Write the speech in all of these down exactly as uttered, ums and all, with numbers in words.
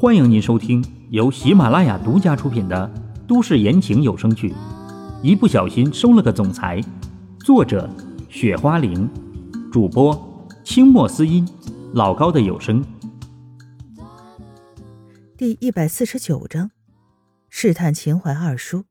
欢迎您收听由喜马拉雅独家出品的都市言情有声剧《一不小心收了个总裁》，作者雪花玲，主播清墨思音，老高的有声。 第一百四十九章，试探秦淮二叔。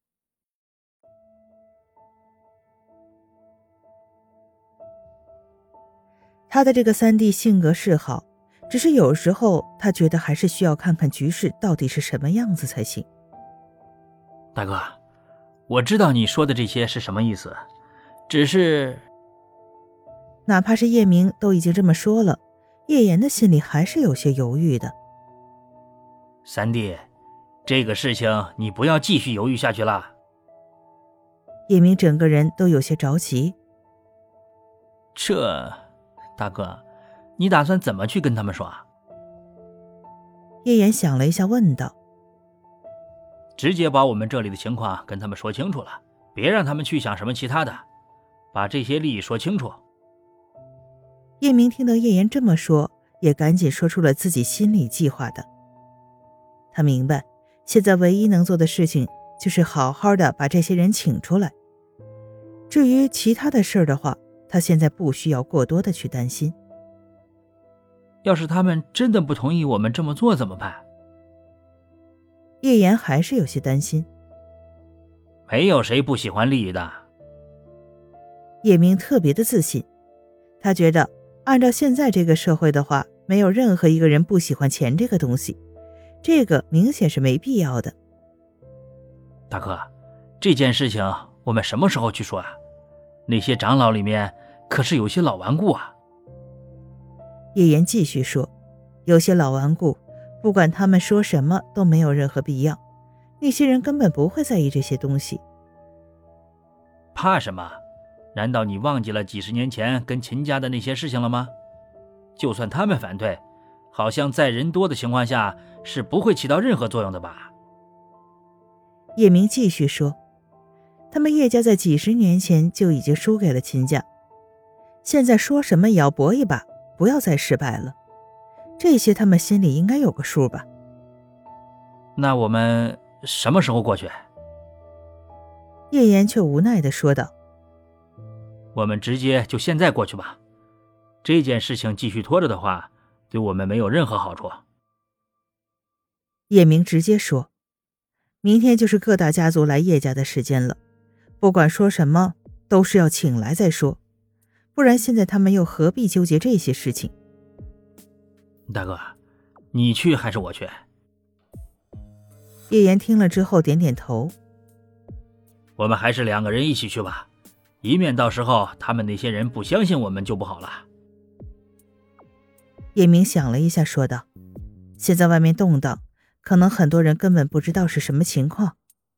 他的这个三弟性格是好，只是有时候他觉得还是需要看看局势到底是什么样子才行。 大哥，我知道你说的这些是什么意思，只是…… 哪怕是叶明都已经这么说了，叶岩的心里还是有些犹豫的。 三弟，这个事情你不要继续犹豫下去了。 叶明整个人都有些着急。 这，大哥，你打算怎么去跟他们说？ 叶岩想了一下问道。 直接把我们这里的情况跟他们说清楚了，别让他们去想什么其他的，把这些利益说清楚。 叶明听到叶岩这么说，也赶紧说出了自己心里计划的。他明白，现在唯一能做的事情就是好好的把这些人请出来。至于其他的事儿的话，他现在不需要过多的去担心。 要是他们真的不同意我们这么做怎么办？ 叶岩还是有些担心。 没有谁不喜欢利益的。 叶明特别的自信，他觉得按照现在这个社会的话，没有任何一个人不喜欢钱这个东西，这个明显是没必要的。 大哥，这件事情我们什么时候去说啊？那些长老里面可是有些老顽固啊。 叶岩继续说，有些老顽固，不管他们说什么都没有任何必要，那些人根本不会在意这些东西。 怕什么？难道你忘记了几十年前跟秦家的那些事情了吗？就算他们反对，好像在人多的情况下是不会起到任何作用的吧？ 叶明继续说，他们叶家在几十年前就已经输给了秦家，现在说什么也要搏一把，不要再失败了。这些他们心里应该有个数吧。 那我们什么时候过去？ 叶岩却无奈地说道。 我们直接就现在过去吧，这件事情继续拖着的话，对我们没有任何好处。 叶明直接说，明天就是各大家族来叶家的时间了，不管说什么都是要请来再说，不然现在他们又何必纠结这些事情。 大哥，你去还是我去？ 叶岩听了之后点点头。 我们还是两个人一起去吧，以免到时候他们那些人不相信我们就不好了。 叶明想了一下说道，现在外面动荡，可能很多人根本不知道是什么情况。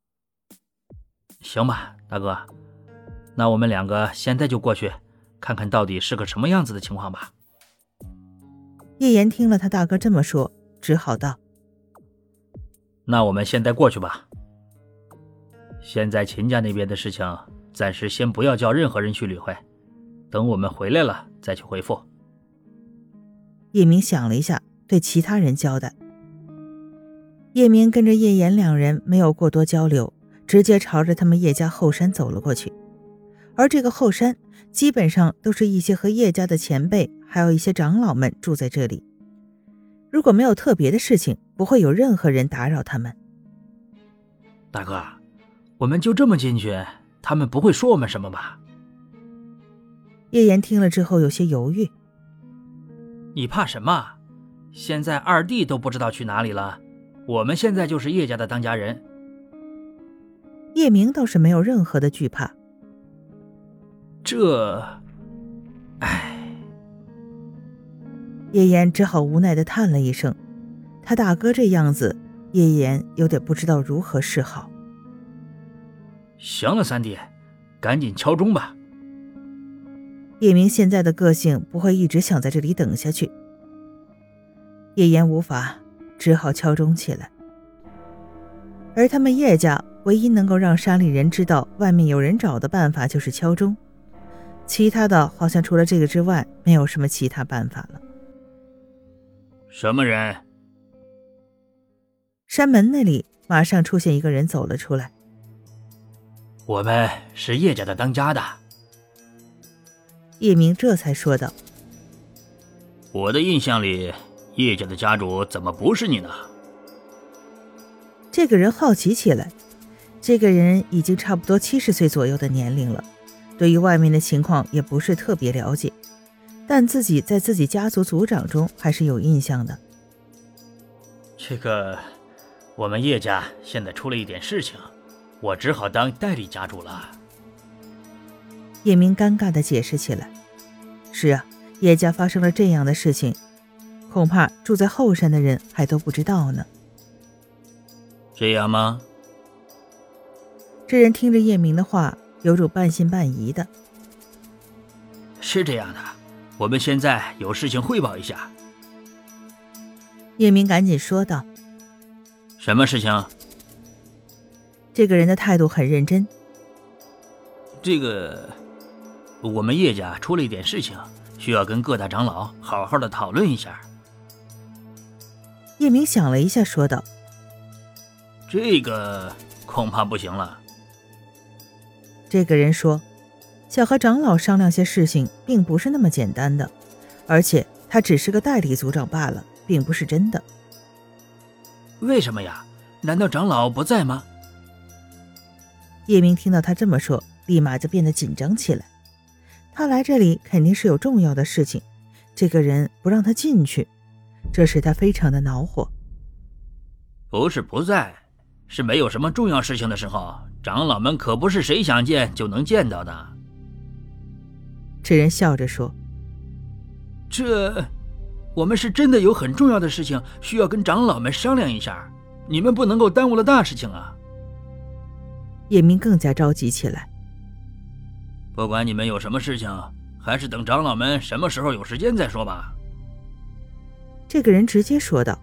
行吧，大哥，那我们两个现在就过去看看到底是个什么样子的情况吧。 叶岩听了他大哥这么说，只好道， 那我们现在过去吧。现在秦家那边的事情暂时先不要叫任何人去理会，等我们回来了再去回复。 叶明想了一下，对其他人交代。叶明跟着叶岩两人没有过多交流，直接朝着他们叶家后山走了过去。而这个后山基本上都是一些和叶家的前辈还有一些长老们住在这里，如果没有特别的事情，不会有任何人打扰他们。 大哥，我们就这么进去，他们不会说我们什么吧？ 叶岩听了之后有些犹豫。 你怕什么？现在二弟都不知道去哪里了，我们现在就是叶家的当家人。 叶明倒是没有任何的惧怕。 这……唉。 叶岩只好无奈地叹了一声，他大哥这样子，叶岩有点不知道如何是好。 行了，三弟，赶紧敲钟吧。 叶明现在的个性不会一直想在这里等下去。叶岩无法，只好敲钟起来。而他们叶家唯一能够让山里人知道外面有人找的办法就是敲钟，其他的好像除了这个之外没有什么其他办法了。 什么人？ 山门那里马上出现一个人走了出来。 我们是叶家的当家的。 叶明这才说道： 我的印象里，叶家的家主怎么不是你呢？ 这个人好奇起来。这个人已经差不多七十岁左右的年龄了，对于外面的情况也不是特别了解，但自己在自己家族族长中还是有印象的。 这个，我们叶家现在出了一点事情，我只好当代理家主了。 叶明尴尬地解释起来。是啊，叶家发生了这样的事情，恐怕住在后山的人还都不知道呢。 这样吗？ 这人听着叶明的话，有种半信半疑的。 是这样的，我们现在有事情汇报一下。 叶明赶紧说道。 什么事情？ 这个人的态度很认真。 这个，我们叶家出了一点事情，需要跟各大长老好好的讨论一下。 叶明想了一下说道： 这个恐怕不行了。 这个人说，想和长老商量些事情并不是那么简单的，而且他只是个代理族长罢了，并不是真的。 为什么呀？难道长老不在吗？ 叶明听到他这么说，立马就变得紧张起来。他来这里肯定是有重要的事情，这个人不让他进去，这使他非常的恼火。 不是不在，是没有什么重要事情的时候，长老们可不是谁想见就能见到的。 这人笑着说： 这，我们是真的有很重要的事情需要跟长老们商量一下，你们不能够耽误了大事情啊。 叶明更加着急起来。 不管你们有什么事情，还是等长老们什么时候有时间再说吧。 这个人直接说道。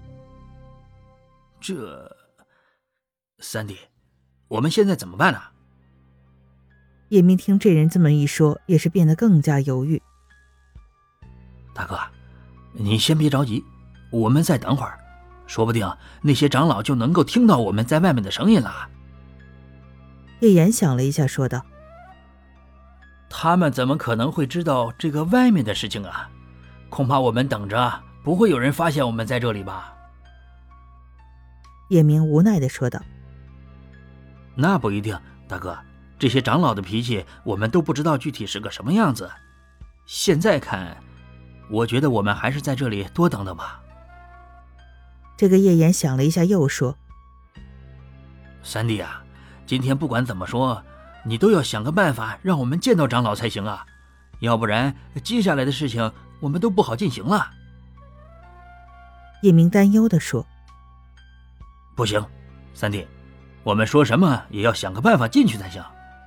这，三弟，我们现在怎么办呢？ 叶明听这人这么一说，也是变得更加犹豫。 大哥，你先别着急，我们再等会儿，说不定那些长老就能够听到我们在外面的声音了。 叶岩想了一下说道： 他们怎么可能会知道这个外面的事情啊？恐怕我们等着不会有人发现我们在这里吧。 叶明无奈地说道： 那不一定，大哥，这些长老的脾气我们都不知道具体是个什么样子。现在看，我觉得我们还是在这里多等等吧。 这个叶岩想了一下又说： 三弟啊，今天不管怎么说，你都要想个办法让我们见到长老才行啊，要不然接下来的事情我们都不好进行了。 叶明担忧地说： 不行，三弟，我们说什么也要想个办法进去才行。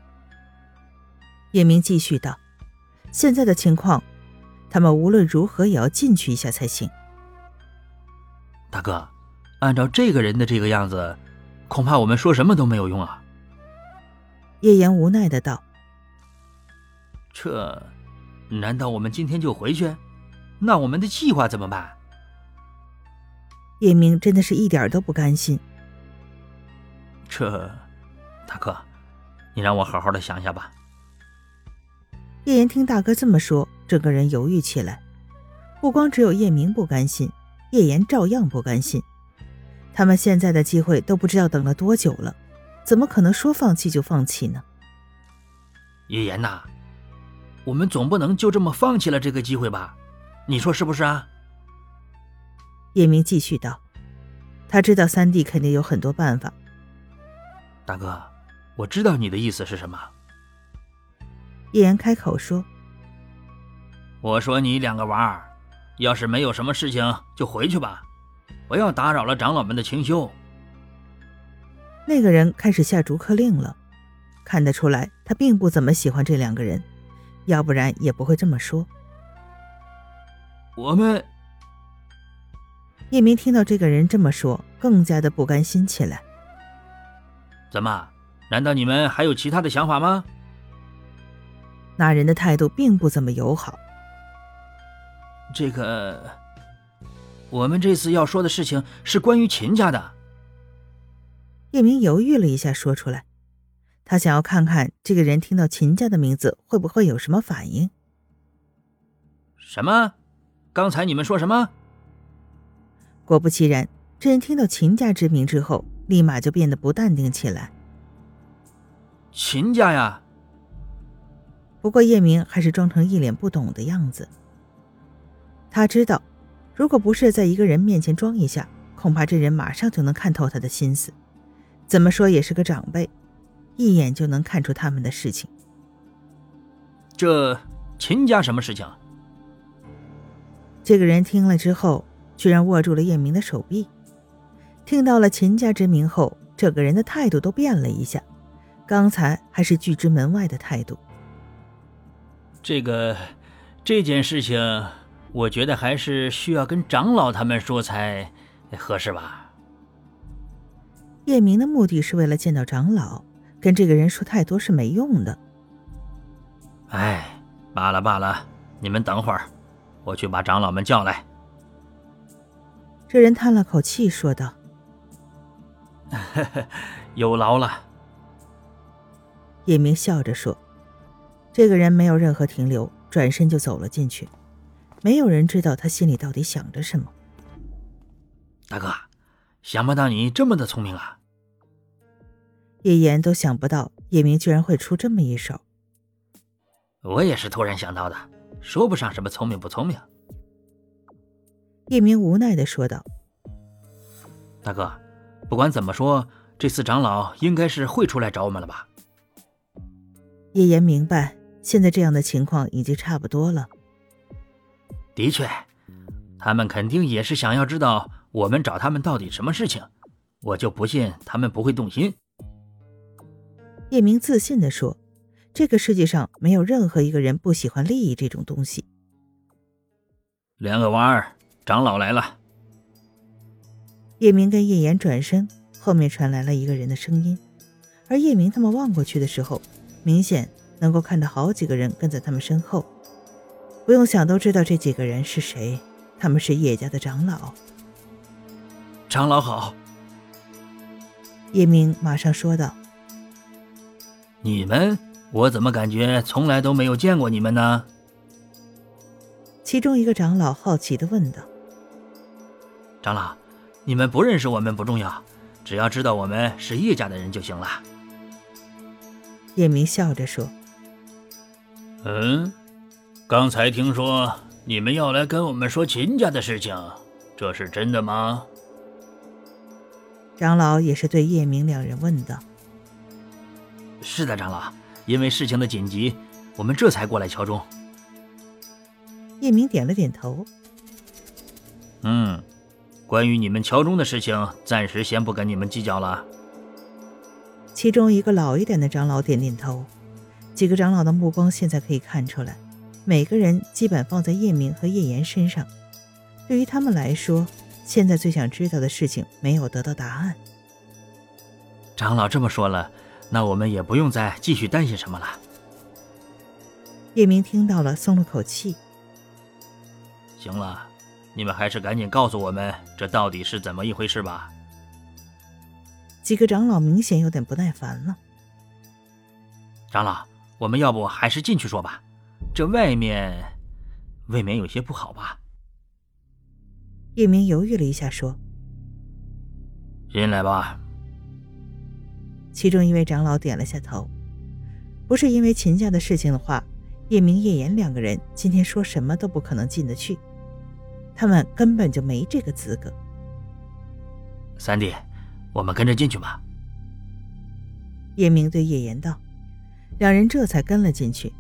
叶明继续道：现在的情况，他们无论如何也要进去一下才行。 大哥，按照这个人的这个样子，恐怕我们说什么都没有用啊。 叶岩无奈的道： 这，难道我们今天就回去？那我们的计划怎么办？ 叶明真的是一点都不甘心。 这，大哥，你让我好好的想一下吧。 叶岩听大哥这么说，整个人犹豫起来。不光只有叶明不甘心，叶岩照样不甘心。他们现在的机会都不知道等了多久了，怎么可能说放弃就放弃呢？ 叶岩呐，我们总不能就这么放弃了这个机会吧？你说是不是啊？ 叶明继续道：他知道三弟肯定有很多办法。 大哥，我知道你的意思是什么。 叶岩开口说： 我说你两个娃儿，要是没有什么事情就回去吧，不要打扰了长老们的清修。 那个人开始下逐客令了，看得出来他并不怎么喜欢这两个人，要不然也不会这么说。 我们…… 叶明听到这个人这么说，更加的不甘心起来。 怎么？难道你们还有其他的想法吗？ 那人的态度并不怎么友好。 这个，我们这次要说的事情是关于秦家的。 叶明犹豫了一下说出来，他想要看看这个人听到秦家的名字会不会有什么反应。 什么？刚才你们说什么？ 果不其然，这人听到秦家之名之后，立马就变得不淡定起来。 秦家呀！ 不过叶明还是装成一脸不懂的样子。他知道，如果不是在一个人面前装一下，恐怕这人马上就能看透他的心思。怎么说也是个长辈，一眼就能看出他们的事情。 这秦家什么事情？ 这个人听了之后，居然握住了叶明的手臂。听到了秦家之名后，这个人的态度都变了一下，刚才还是拒之门外的态度。 这个这件事情，我觉得还是需要跟长老他们说才合适吧。 叶明的目的是为了见到长老，跟这个人说太多是没用的。 哎，罢了罢了，你们等会儿，我去把长老们叫来。 这人叹了口气说道： 呵呵，有劳了。 叶明笑着说。这个人没有任何停留，转身就走了进去。没有人知道他心里到底想着什么。 大哥，想不到你这么的聪明啊。 叶岩都想不到叶明居然会出这么一手。 我也是突然想到的，说不上什么聪明不聪明。 叶明无奈地说道： 大哥，不管怎么说，这次长老应该是会出来找我们了吧？ 叶岩明白，现在这样的情况已经差不多了。 的确，他们肯定也是想要知道我们找他们到底什么事情，我就不信他们不会动心。 叶明自信地说，这个世界上没有任何一个人不喜欢利益这种东西。 两个娃儿，长老来了。 叶明跟叶岩转身，后面传来了一个人的声音，而叶明他们望过去的时候，明显能够看到好几个人跟在他们身后。不用想都知道这几个人是谁，他们是叶家的长老。 长老好。 叶明马上说道： 你们，我怎么感觉从来都没有见过你们呢？ 其中一个长老好奇地问道： 长老，你们不认识我们不重要，只要知道我们是叶家的人就行了。 叶明笑着说： 嗯，刚才听说你们要来跟我们说秦家的事情，这是真的吗？ 长老也是对叶明两人问道。 是的，长老，因为事情的紧急，我们这才过来敲钟。 叶明点了点头。 嗯，关于你们敲钟的事情，暂时先不跟你们计较了。 其中一个老一点的长老点点头。几个长老的目光现在可以看出来，每个人基本放在叶明和叶岩身上。对于他们来说，现在最想知道的事情没有得到答案。 长老这么说了，那我们也不用再继续担心什么了。 叶明听到了，松了口气。 行了，你们还是赶紧告诉我们这到底是怎么一回事吧。 几个长老明显有点不耐烦了。 长老，我们要不还是进去说吧，这外面未免有些不好吧。 叶明犹豫了一下说： 进来吧。 其中一位长老点了下头。不是因为秦家的事情的话，叶明叶岩两个人今天说什么都不可能进得去，他们根本就没这个资格。 三弟，我们跟着进去吧。 叶明对叶岩道。两人这才跟了进去。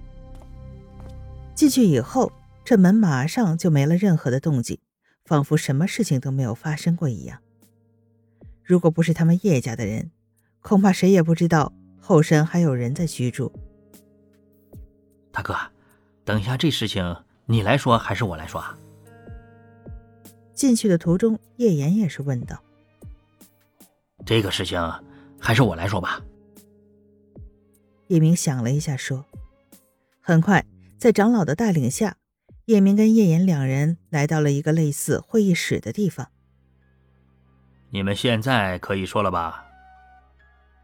进去以后，这门马上就没了任何的动静，仿佛什么事情都没有发生过一样。如果不是他们叶家的人，恐怕谁也不知道后山还有人在居住。 大哥，等一下这事情你来说还是我来说啊？ 进去的途中，叶岩也是问道。 这个事情还是我来说吧。 叶明想了一下说。很快在长老的带领下，叶明跟叶岩两人来到了一个类似会议室的地方。 你们现在可以说了吧？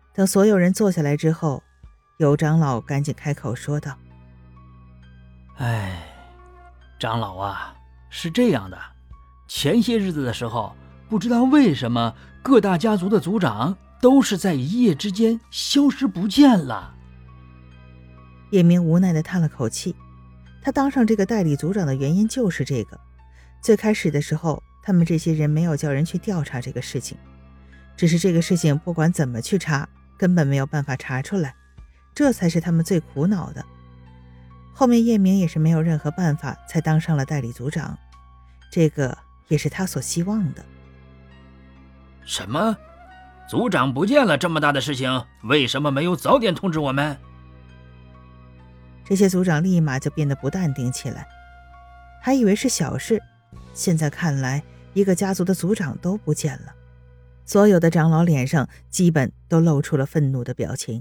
等所有人坐下来之后，有长老赶紧开口说道： 哎，长老啊，是这样的，前些日子的时候，不知道为什么各大家族的族长都是在一夜之间消失不见了。 叶明无奈地叹了口气，他当上这个代理族长的原因就是这个。最开始的时候，他们这些人没有叫人去调查这个事情，只是这个事情不管怎么去查，根本没有办法查出来，这才是他们最苦恼的。后面叶明也是没有任何办法才当上了代理族长，这个也是他所希望的。 什么？族长不见了这么大的事情，为什么没有早点通知我们？ 这些族长立马就变得不淡定起来，还以为是小事，现在看来一个家族的族长都不见了。所有的长老脸上基本都露出了愤怒的表情。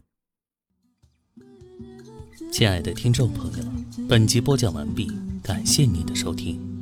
亲爱的听众朋友，本集播讲完毕，感谢您的收听。